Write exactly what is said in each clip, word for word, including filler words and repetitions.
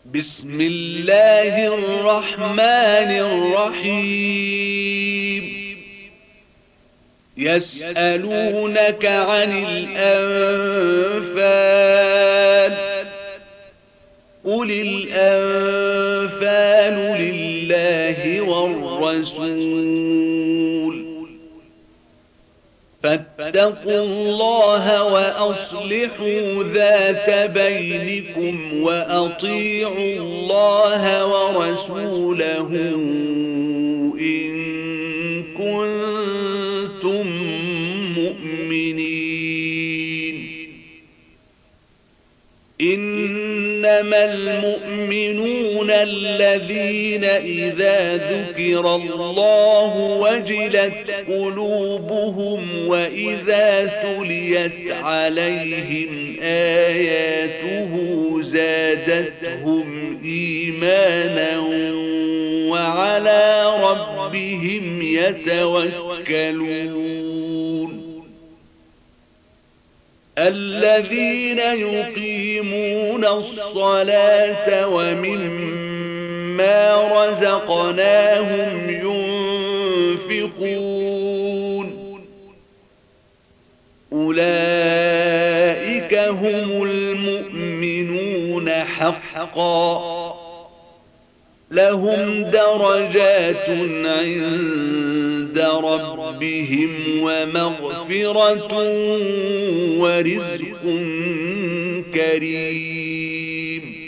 بسم الله الرحمن الرحيم. يسألونك عن الأنفال قل الأنفال لله والرسول فاتقوا الله وأصلحوا ذات بينكم وأطيعوا الله ورسوله إن كنتم مؤمنين. إنما المؤمنون الذين إذا ذكر الله وجلت قلوبهم وإذا تليت عليهم آياته زادتهم إيمانا وعلى ربهم يتوكلون. الذين يقيمون الصلاة ومما رزقناهم ينفقون أولئك هم المؤمنون حقا لهم درجات عند ربهم ومغفرة ورزق كريم.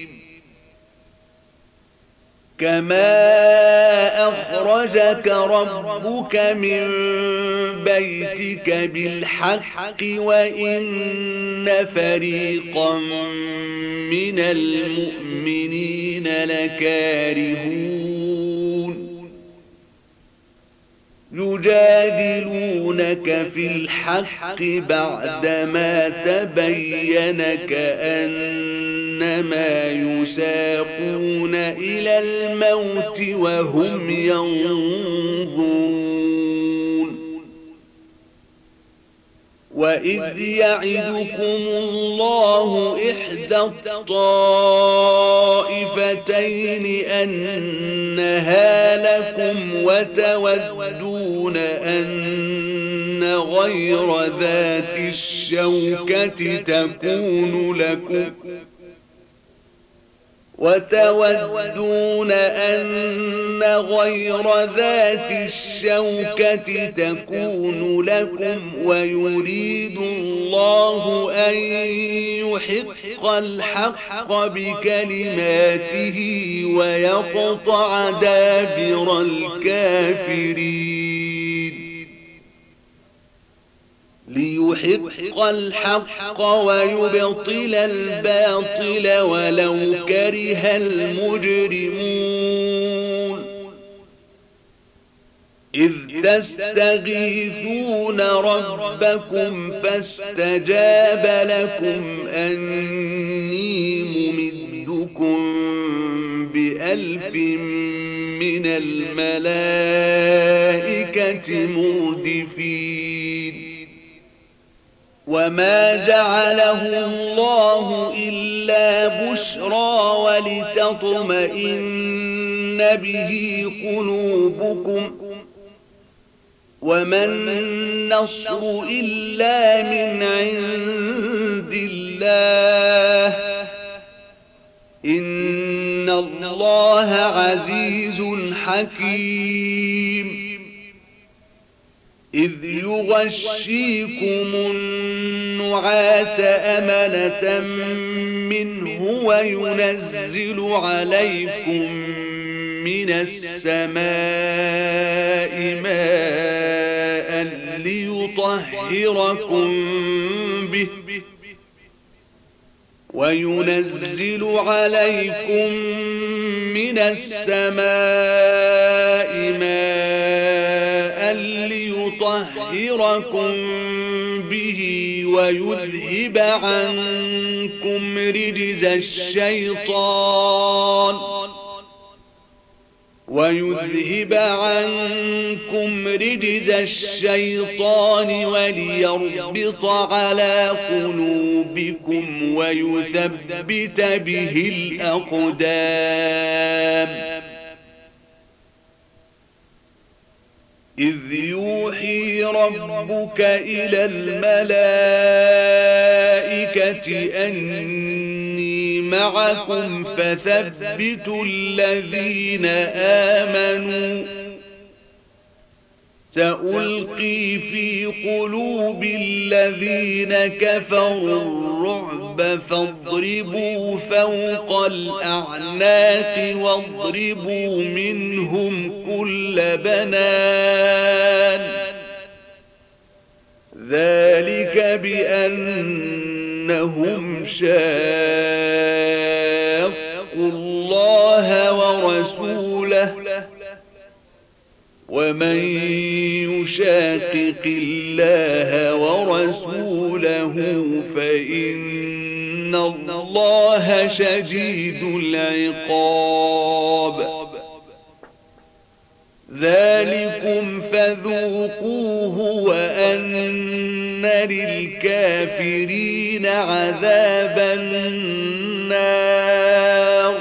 كما أخرجك ربك من بيتك بالحق وإن فريقا من المؤمنين لكارهون يجادلونك في الحق بعدما تبين كأنما يساقون إلى الموت وهم ينظرون. وإذ يعدكم الله إحدى الطائفتين أنها لكم وتودون أن غير ذات الشوكة تكون لكم وتودون أن غير ذات الشوكة تكون لكم ويريد الله أن يحق الحق بكلماته ويقطع دابر الكافرين. ليحق الحق ويبطل الباطل ولو كره المجرمون. إذ تستغيثون ربكم فاستجاب لكم أني ممدكم بألف من الملائكة مردفين. وما جعله الله إلا بشرى ولتطمئن به قلوبكم وما النصر إلا من عند الله إن الله عزيز حكيم. إذ يغشيكم النعاس أمنة منه وينزل عليكم من السماء ماء ليطهركم به وينزل عليكم من السماء ماء ليطهركم به ويذهب عنكم رجز الشيطان ويذهب عنكم رجز الشيطان وليربط على قلوبكم ويثبت به الأقدام إذ يوحي ربك إلى الملائكة أني معكم فثبتوا الذين آمنوا سألقي في قلوب الذين كفروا الرعب فاضربوا فوق الأعناق واضربوا منهم كل بنان ذلك بأنهم شاقوا الله ورسوله ومن يشاقق الله ورسوله فإن الله شديد العقاب ذلكم فذوقوه وأن للكافرين عذاب النار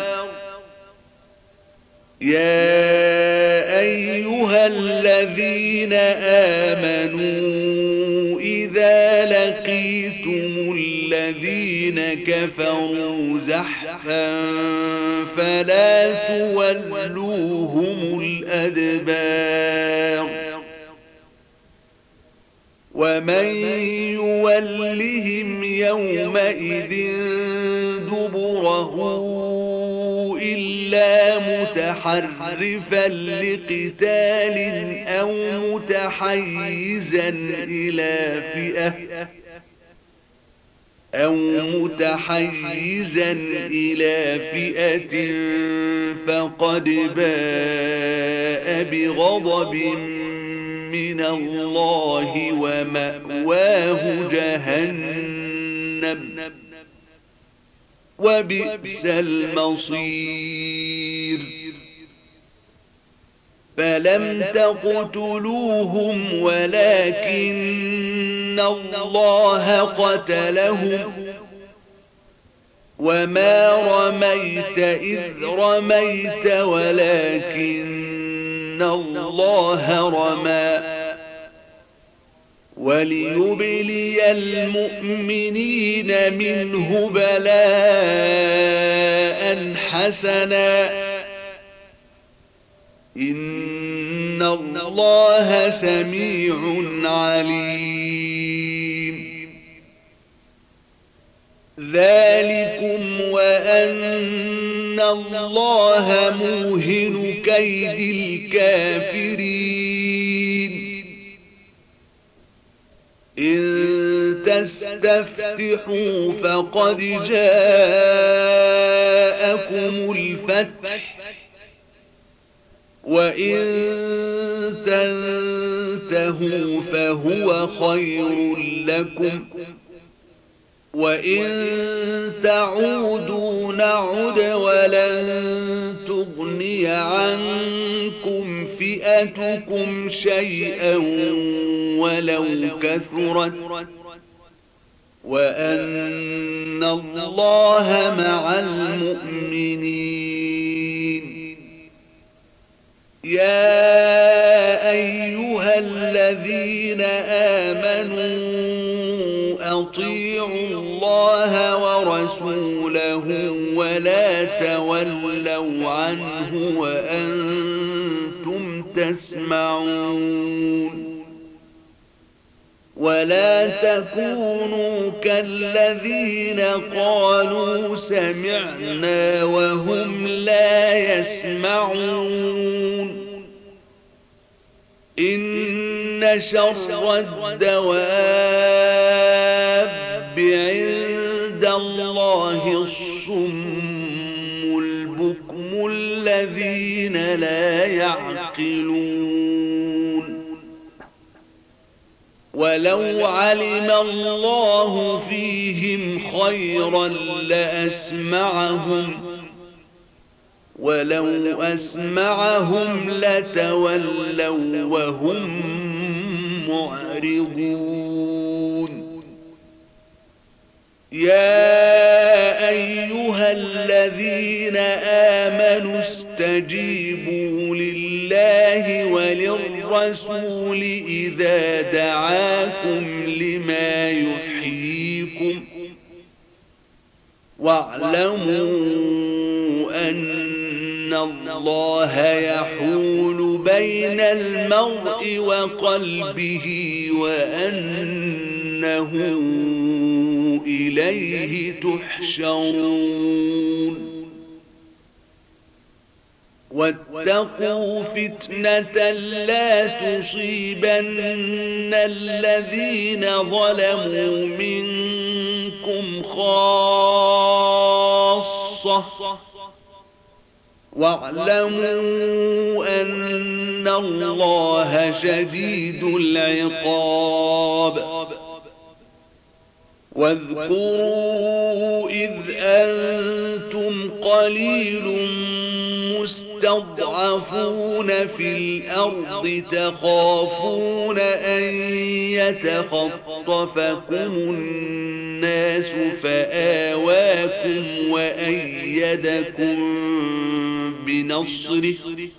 يا أيها الذين آمنوا إذا لقيتم الذين كفروا زحفا فلا تولوهم الأدبار ومن يولهم يومئذ دبره إلا متحرفا لقتال أو متحيزا إلى فئة أو متحيزا إلى فئة فقد باء بغضب من الله ومأواه جهنم وبئس المصير فلم تقتلوهم ولكن الله قتلهم وما رميت إذ رميت ولكن الله رمى وليبلي المؤمنين منه بلاء حسنا إن الله سميع عليم ذلكم وأن الله موهن كيد الكافرين إن تستفتحوا فقد جاءكم الفتح وإن تنتهوا فهو خير لكم وإن تعودوا نعد ولن تغني عنكم فئتكم شيئا ولو كثرت وأن الله مع المؤمنين يا أيها الذين آمنوا أطيعوا الله ورسوله ولا تولوا عنه وأنتم تسمعون ولا تكونوا كالذين قالوا سمعنا وهم لا يسمعون إن شر الدواب عند الله الصم البكم الذين لا يعقلون ولو علم الله فيهم خيرا لأسمعهم ولو أسمعهم لتولوا وهم معرضون يا أيها الذين آمنوا استجيبوا لله وللرسول إذا دعاكم لما يحييكم واعلموا أن الله يحول بين المرء وقلبه وأنه إليه تحشرون واتقوا فتنة لا تصيبن الذين ظلموا منكم خاصة واعلموا أن الله شديد العقاب واذكروا إذ أنتم قليل مستضعفون في الأرض تخافون أن يتخطفكم الناس فآواكم وأيدكم بنصره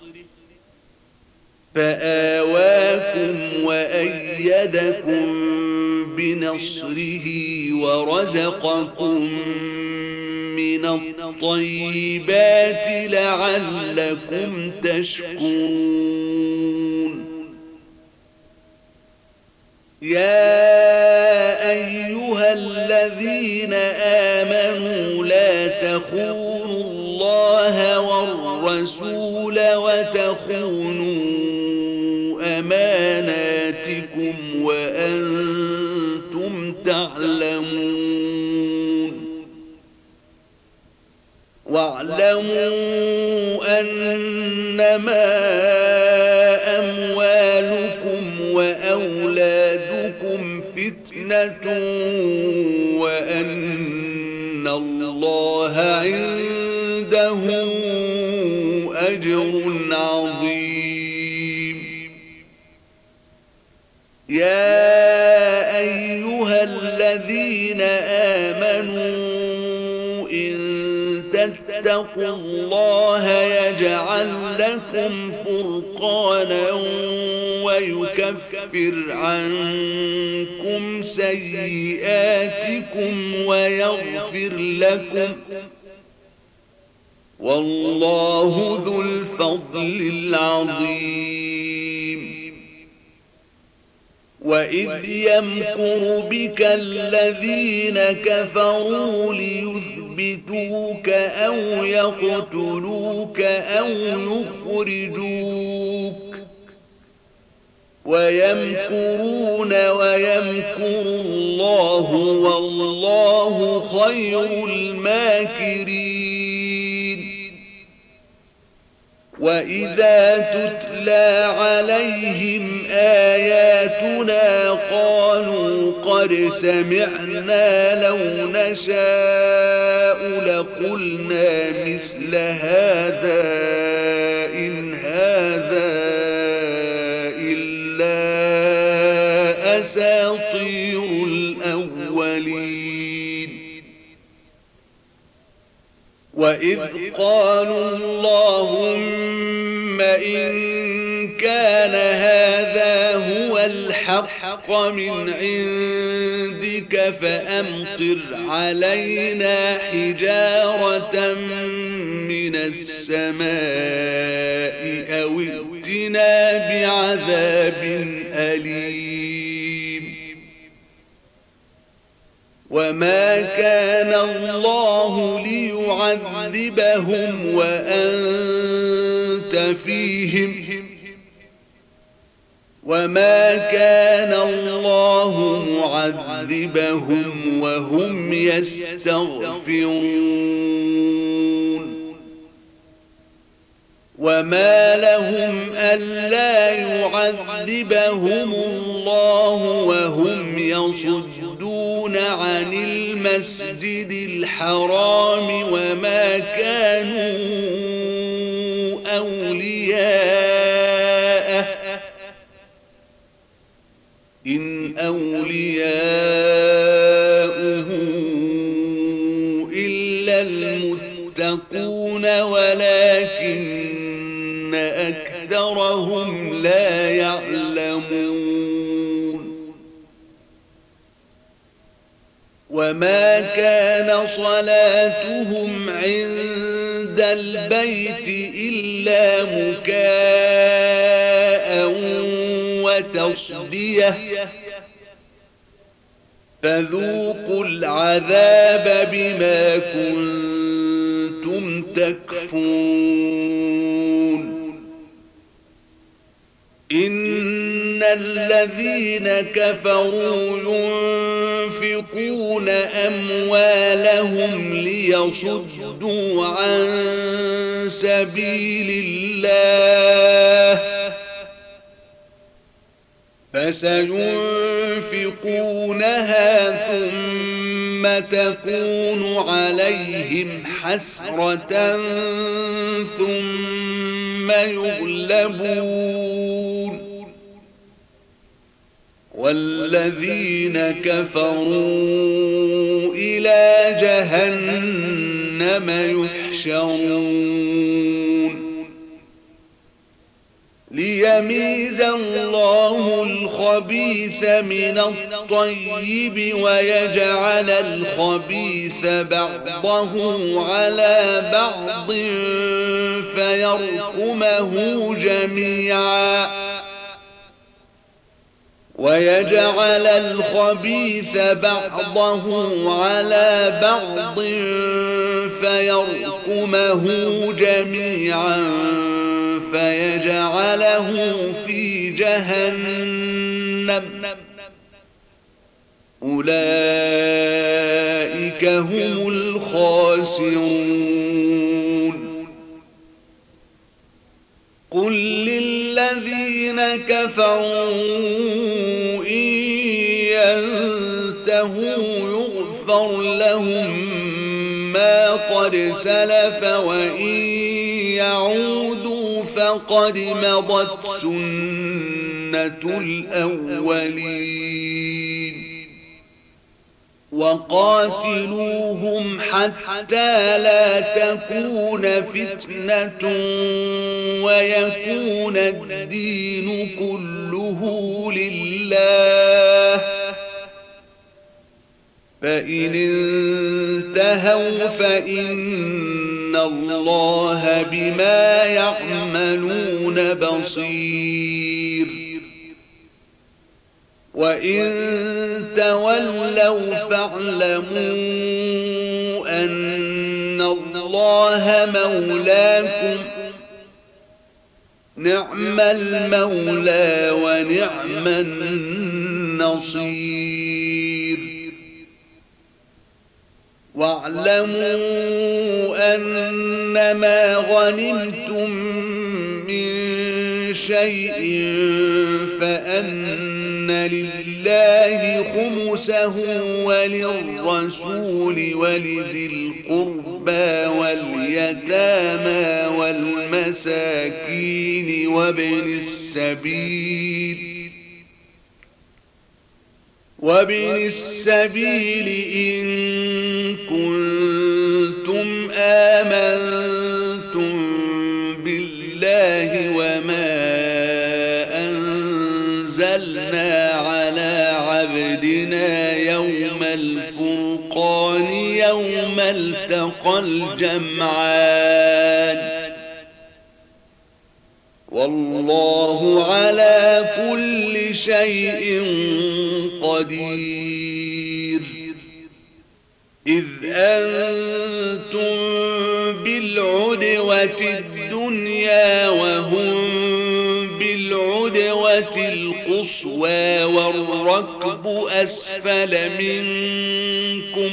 فآواكم وأيدكم بنصره ورزقكم من الطيبات لعلكم تشكرون يا أيها الذين آمنوا لا تخونوا الله والرسول وتخونوا أماناتكم وأنتم تعلمون واعلموا أنما أموالكم وأولادكم فتنة وأن الله عنده أجر عظيم يا أيها الذين آمنوا اتقوا الله يجعل لكم فرقانا ويكفر عنكم سيئاتكم ويغفر لكم والله ذو الفضل العظيم وإذ يمكر بك الذين كفروا ليثبتوك أو يقتلوك أو يخرجوك ويمكرون ويمكر الله والله خير الماكرين وإذا تتلى عليهم آياتنا قالوا قد سمعنا لو نشاء لقلنا مثل هذا إن هذا إلا أساطير الأولين وإذ قالوا اللهم إن كان هذا هو الحق من عندك فأمطر علينا حجارة من السماء أو ائتنا بعذاب أليم وما كان الله ليعذبهم وأنت فيهم وما كان الله معذبهم وهم يستغفرون وما لهم ألا يعذبهم الله وهم يصدون عن المسجد الحرام وما كانوا أولياؤه إلا المتقون ولكن أكثرهم لا يعلمون وما كان صلاتهم عند البيت إلا مكاء وتصدية فذوقوا العذاب بما كنتم تكفرون إن الذين كفروا ينفقون أموالهم ليصدوا عن سبيل الله فسينفقونها ثم تكون عليهم حسرة ثم يغلبون والذين كفروا إلى جهنم يحشرون ليميز الله الخبيث من الطيب ويجعل الخبيث بعضه على بعض فيركمه جميعا ويجعل الخبيث بعضه على بعض فيركمه جميعا فيجعله في جهنم أولئك هم الخاسرون قل للذين كفروا إن ينتهوا يغفر لهم ما قد سلف وإن يعودوا فقد مضت سنة الأولين وقاتلوهم حتى لا تكون فتنة ويكون الدين كله لله فإن انتهوا فإن الله بما يعملون بصير وإن تولوا فاعلموا أن الله مولاكم نعم المولى ونعم النصير واعلموا أنما غنمتم من شيء فأن لله خمسه وللرسول ولذي القربى واليتامى والمساكين وابن السبيل وابن السبيل إن كنتم آمنتم بالله وما أنزلنا على عبدنا يوم الفرقان يوم التقى الجمعان والله على كل شيء قدير إذ أنتم بالعدوة الدنيا وهم بالعدوة القصوى والركب أسفل منكم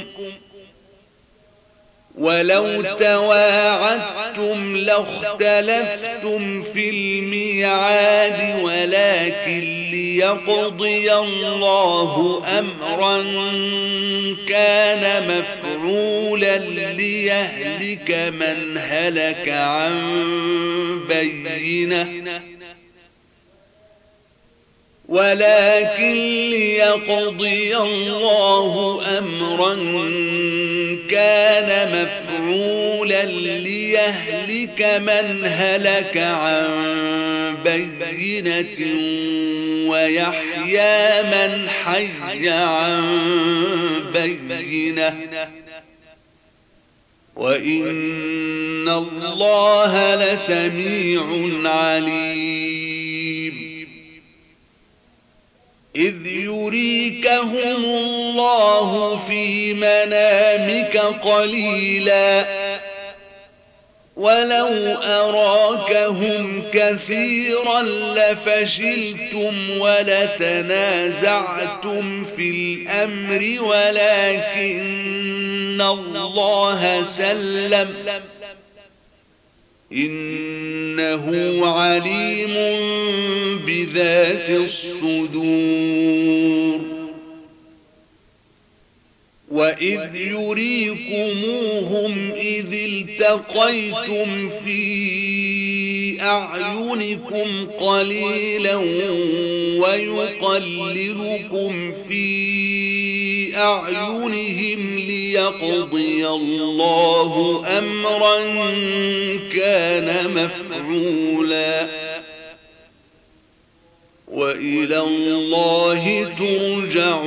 ولو تواعدتم لاختلفتم في الميعاد ولكن ليقضي الله أمرا كان مفعولا ليهلك من هلك عن بينة ولكن ليقضي الله أمرا كان مفعولا ليهلك من هلك عن بينة ويحيى من حي عن بينة وإن الله لسميع عليم. إذ يريكهم الله في منامك قليلا ولو أراكهم كثيرا لفشلتم ولتنازعتم في الأمر ولكن الله سلم إنه عليم بذات الصدور. وإذ يريكموهم إذ التقيتم في أعينكم قليلا ويقللكم في أعينهم ليقضي الله أمرا كان مفعولا وإلى الله ترجع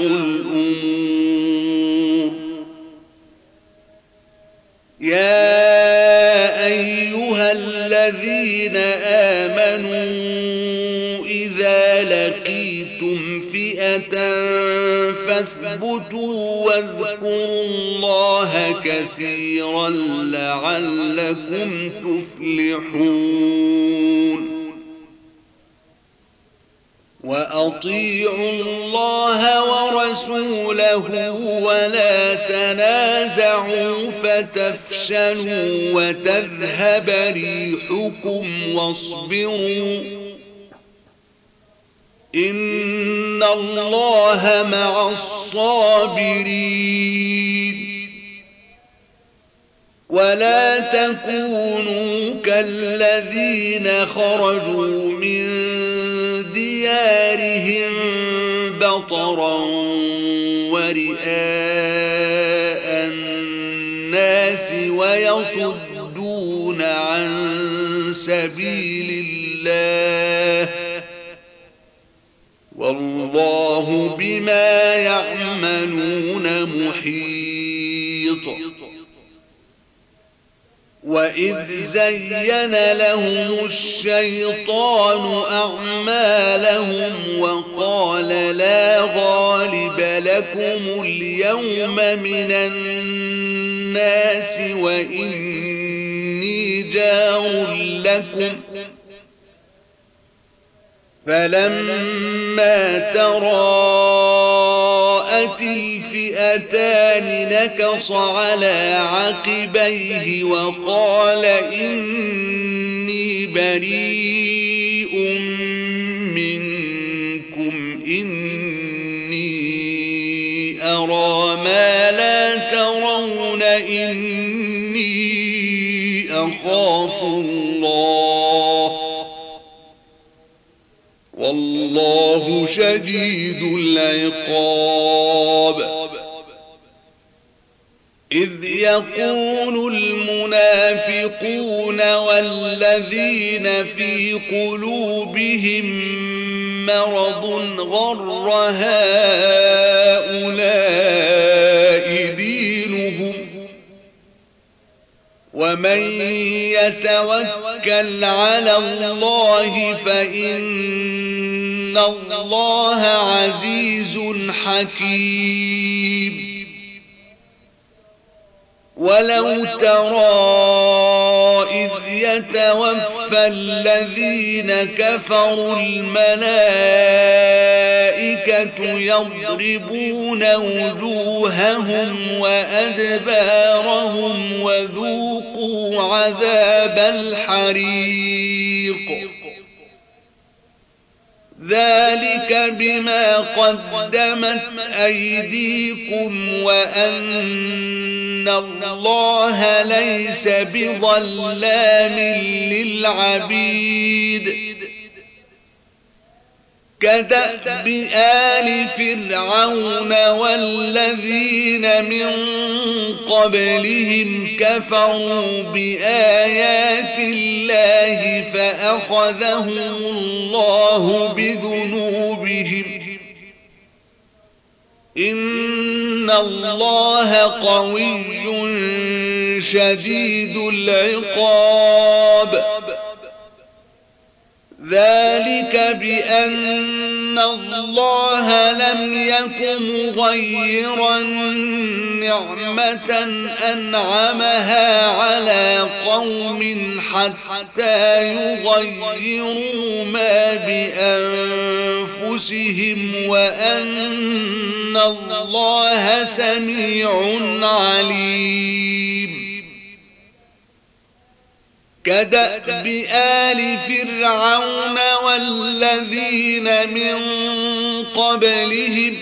الأمور. يا أيها الذين آمنوا إذا لقيتم فئة فاثبتوا واذكروا الله كثيرا لعلكم تفلحون. وأطيعوا الله ورسوله ولا تنازعوا فتفشلوا وتذهب ريحكم واصبروا إن الله مع الصابرين. ولا تكونوا كالذين خرجوا من ديارهم بطرا ورئاء الناس ويصدون عن سبيل الله والله بما يعملون محيط. وإذ زين لهم الشيطان أعمالهم وقال لا غالب لكم اليوم من الناس وإني جار لكم فلما تراءت الفئتان نكص على عقبيه وقال إني بريء منكم إني أرى ما لا ترون إني أخاف الله والله شديد العقاب. إذ يقول المنافقون والذين في قلوبهم مرض غر هؤلاء دينهم ومن يتوكل على الله فإن الله عزيز حكيم. ولو ترى إذ يتوفى الذين كفروا الملائكة يضربون وجوههم وأدبارهم وذوقوا عذاب الحريق ذلك بما قدمت أيديكم وأن الله ليس بظلام للعبيد. كدأب آل فرعون والذين من قبلهم كفروا بآيات الله فأخذهم الله بذنوبهم إن الله قوي شديد العقاب ذلك بأن الله لم يكن مغيرا نعمة أنعمها على قوم حتى يغيروا ما بأنفسهم وأن الله سميع عليم كدأب آل فرعون والذين من قبلهم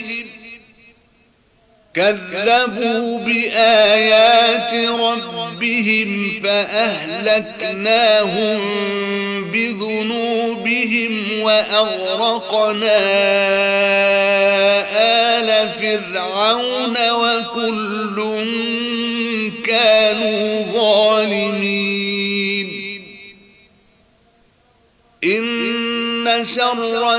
كذبوا بآيات ربهم فأهلكناهم بذنوبهم وأغرقنا آل فرعون وكل كانوا ظالمين إن شر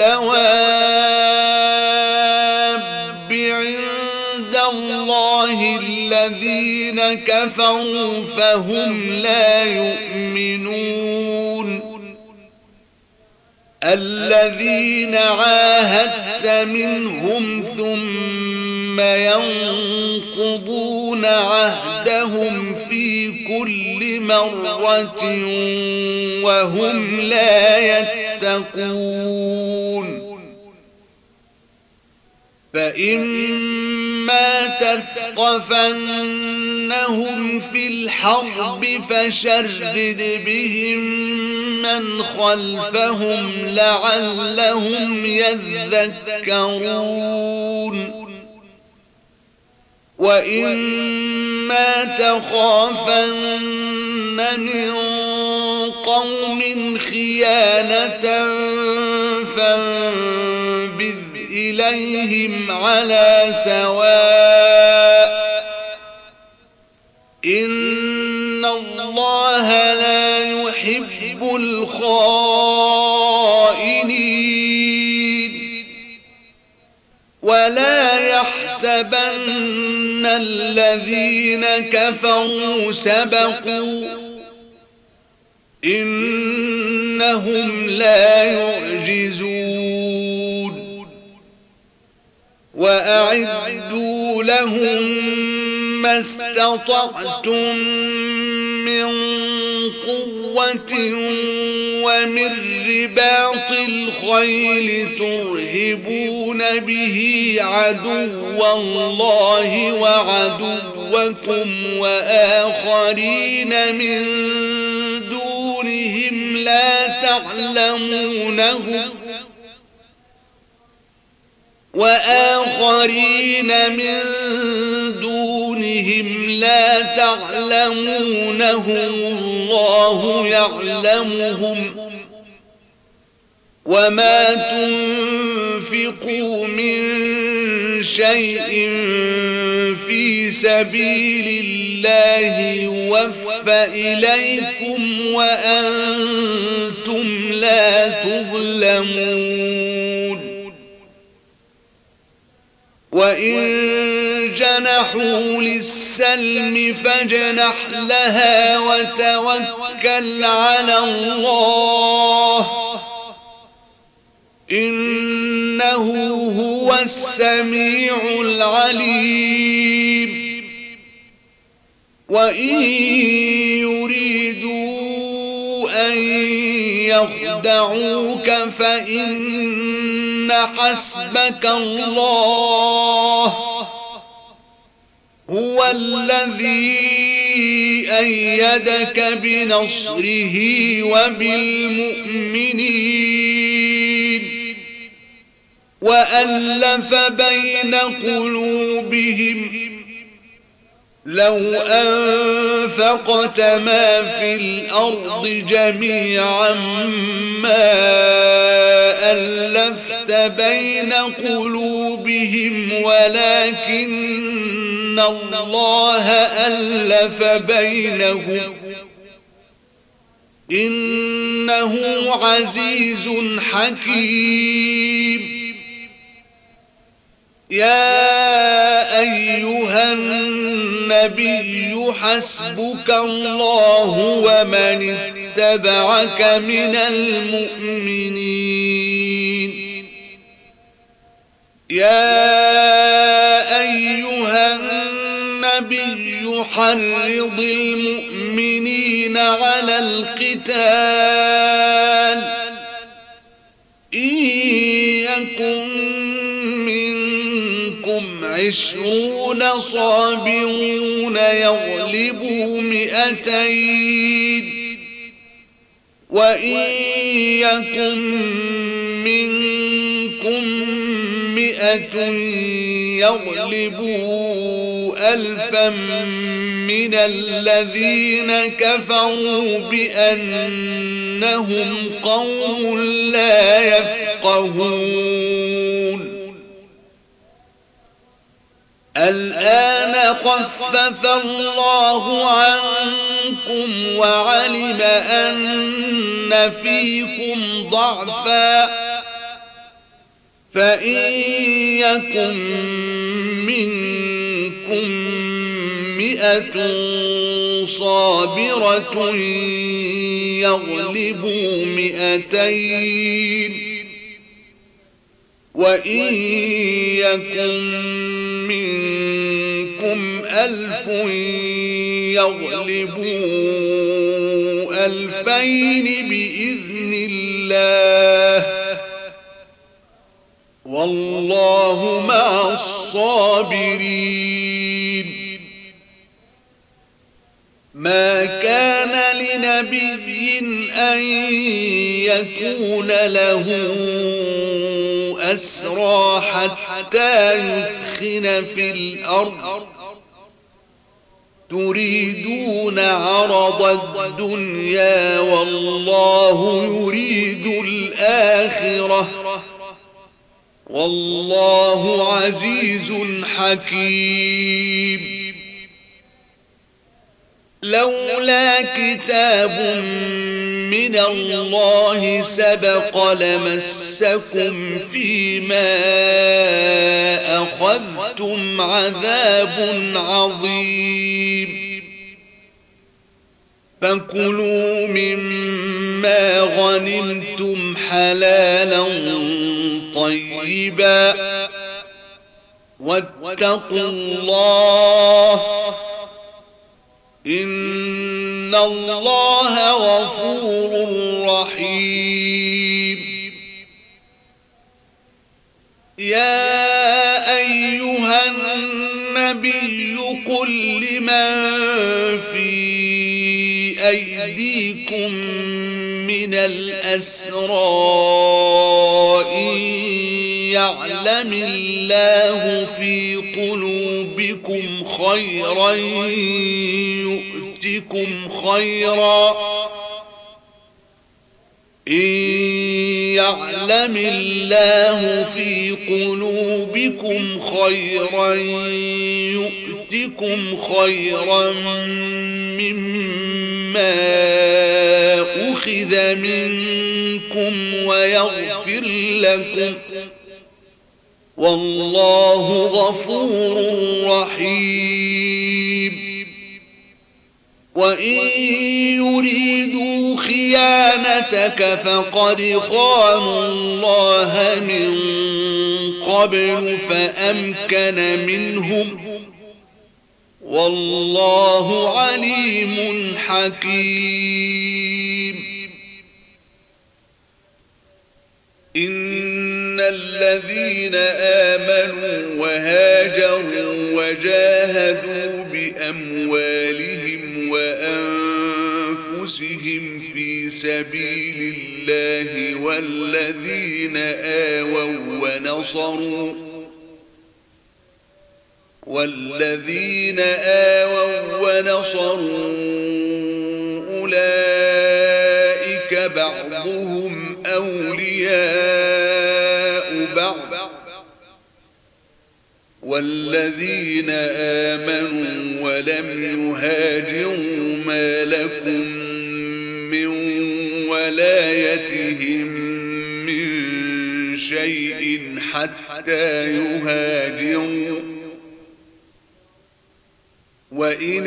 الدواب عند الله الذين كفروا فهم لا يؤمنون الذين عاهدت منهم ثم ينقضون عهدهم في كل مرة وهم لا يتقون فإما تثقفنهم في الحرب فشرد بهم من خلفهم لعلهم يذكرون وإما تخافن من قوم خيانة فانبذ إليهم على سواء إن الله لا يحب الخائنين ولا يحسبن الذين كفروا سبقوا إنهم لا يعجزون وأعدوا لهم ما استطعتم من قوة ومن رباط الخيل ترهبون به عدو الله وعدوكم وآخرين من دونهم لا تعلمونهم وآخرين من دونهم لا تعلمونهم الله يعلمهم وما تنفقوا من شيء في سبيل الله يوفى إليكم وأنتم لا تظلمون وإن جنحوا للسلم فاجنح لها وتوكل على الله إنه هو السميع العليم وإن يريدوا أن يخدعوك فإن حسبك الله هو الذي أيدك بنصره وبالمؤمنين وألف بين قلوبهم لو أنفقت ما في الأرض جميعا ما ألفت بين قلوبهم ولكن الله ألف بينهم إنه عزيز حكيم. يا أيها النبي حسبك الله ومن اتبعك من المؤمنين. يا أيها النبي حرض المؤمنين على القتال إن يكن عشرون صابرون يغلبوا مئتين وإن يكن منكم مئة يغلبوا ألفا من الذين كفروا بأنهم قوم لا يفقهون. الآن خفف الله عنكم وعلم أن فيكم ضعفا فإن يكن منكم مئة صابرة يغلبوا مئتين وإن يكن منكم ألف يغلبوا ألفين بإذن الله والله مع الصابرين. ما كان لنبي أن يكون له أسرى حتى يثخن في الأرض تريدون عرض الدنيا والله يريد الآخرة والله عزيز حكيم. لولا كتاب من الله سبق لمسكم فيما أخذتم عذاب عظيم فكلوا مما غنمتم حلالا طيبا واتقوا الله إن الله غفور رحيم. يا أيها النبي قل لمن في أيديكم من الأسرى إن يعلم الله في قلوبكم خيرا يؤتكم خيرا إن يعلم الله في قلوبكم خيرا يؤتكم خيرا مما أخذ منكم ويغفر لكم والله غفور رحيم. وإن يريدوا خيانتك فقد خانوا الله من قبل فأمكن منهم والله عليم حكيم. إن الذين آمنوا وهاجروا وجاهدوا بأموالهم وأنفسهم في سبيل الله والذين آووا ونصروا والذين آووا ونصروا أولئك بعضهم أولياء بعض والذين آمنوا ولم يهاجروا ما لكم من ولايتهم من شيء حتى يهاجروا وإن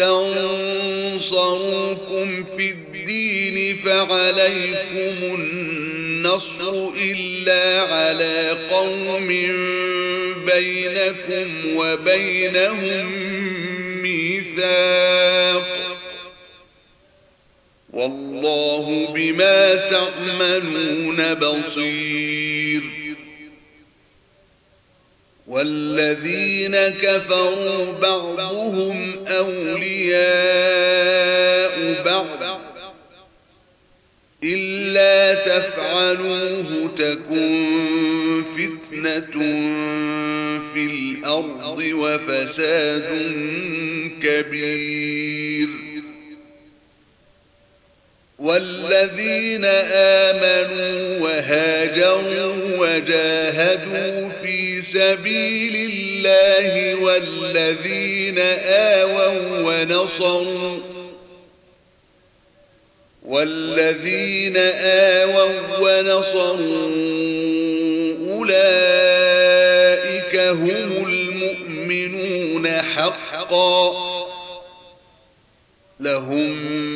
استنصروكم في الدين فعليكم النصر إلا على قوم بينكم وبينهم ميثاق والله بما تعملون بصير والذين كفروا بعضهم أولياء بعض إلا تفعلوه تكن فتنة في الأرض وفساد كبير والذين آمنوا وهاجروا وجاهدوا في سبيل الله والذين آووا ونصروا والذين آووا ونصروا أولئك هم المؤمنون حقا لهم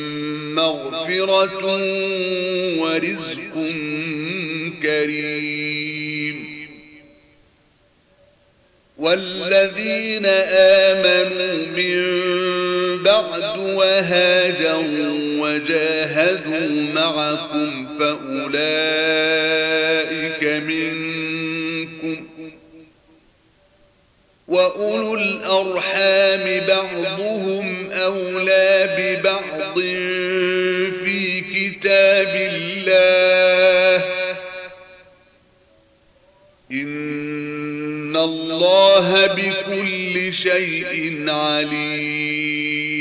مغفرة ورزق كريم والذين آمنوا من بعد وهاجروا وجاهدوا معكم فأولئك منكم وأولو الأرحام بعضهم أولى ببعض في كتاب الله إن الله بكل شيء عليم